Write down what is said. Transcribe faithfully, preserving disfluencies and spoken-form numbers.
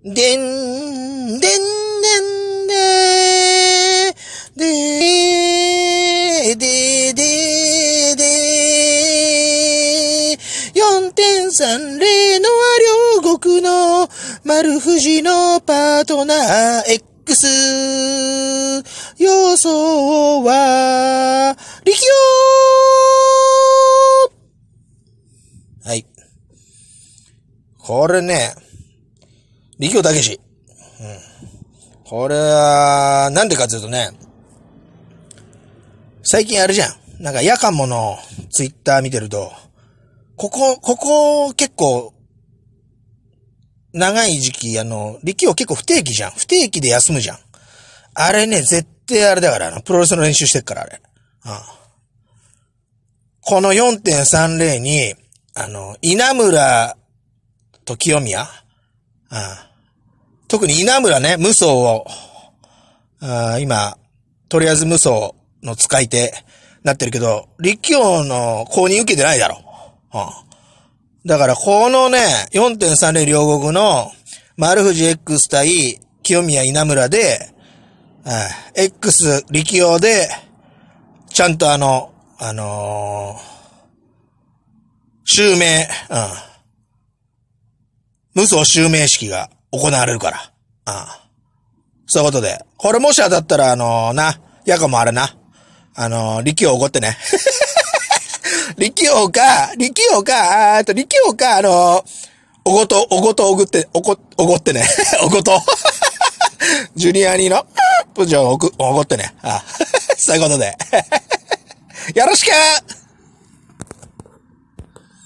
でん、でん、でん、でー、でー、でー、でー、でー、よんてんさんゼロ の両国の丸富士のパートナー X。予想は、力よはい。これね、力よたけし。うん。これは、なんでかっていうとね、最近あれじゃん。なんか、やかものツイッター見てると、ここ、ここ結構、長い時期、あの、力よ結構不定期じゃん。不定期で休むじゃん。あれね、絶対あれだから、あの、プロレスの練習してっから、あれ。うん。この よんてんさんゼロ に、あの、稲村と清宮、うん、特に稲村ね、無双を、あ今、とりあえず無双の使い手なってるけど、力よの公認受けてないだろ。うん、だから、このね、よんてんさんゼロ 両国の丸藤 X 対清宮稲村で、うん、X 力よで、ちゃんとあの、あのー、襲名、うん。無双襲名式が行われるから。うん。そういうことで。これもし当たったら、あのー、な、やかもあれな。あのー、力よおごってね。力よか、力よか、あーと、力よか、あのー、おごと、おごとおぐって、おこ、おごってね。おごと。ジュニアにの、プジョンおぐ、おごってね。あそういうことで。よろしく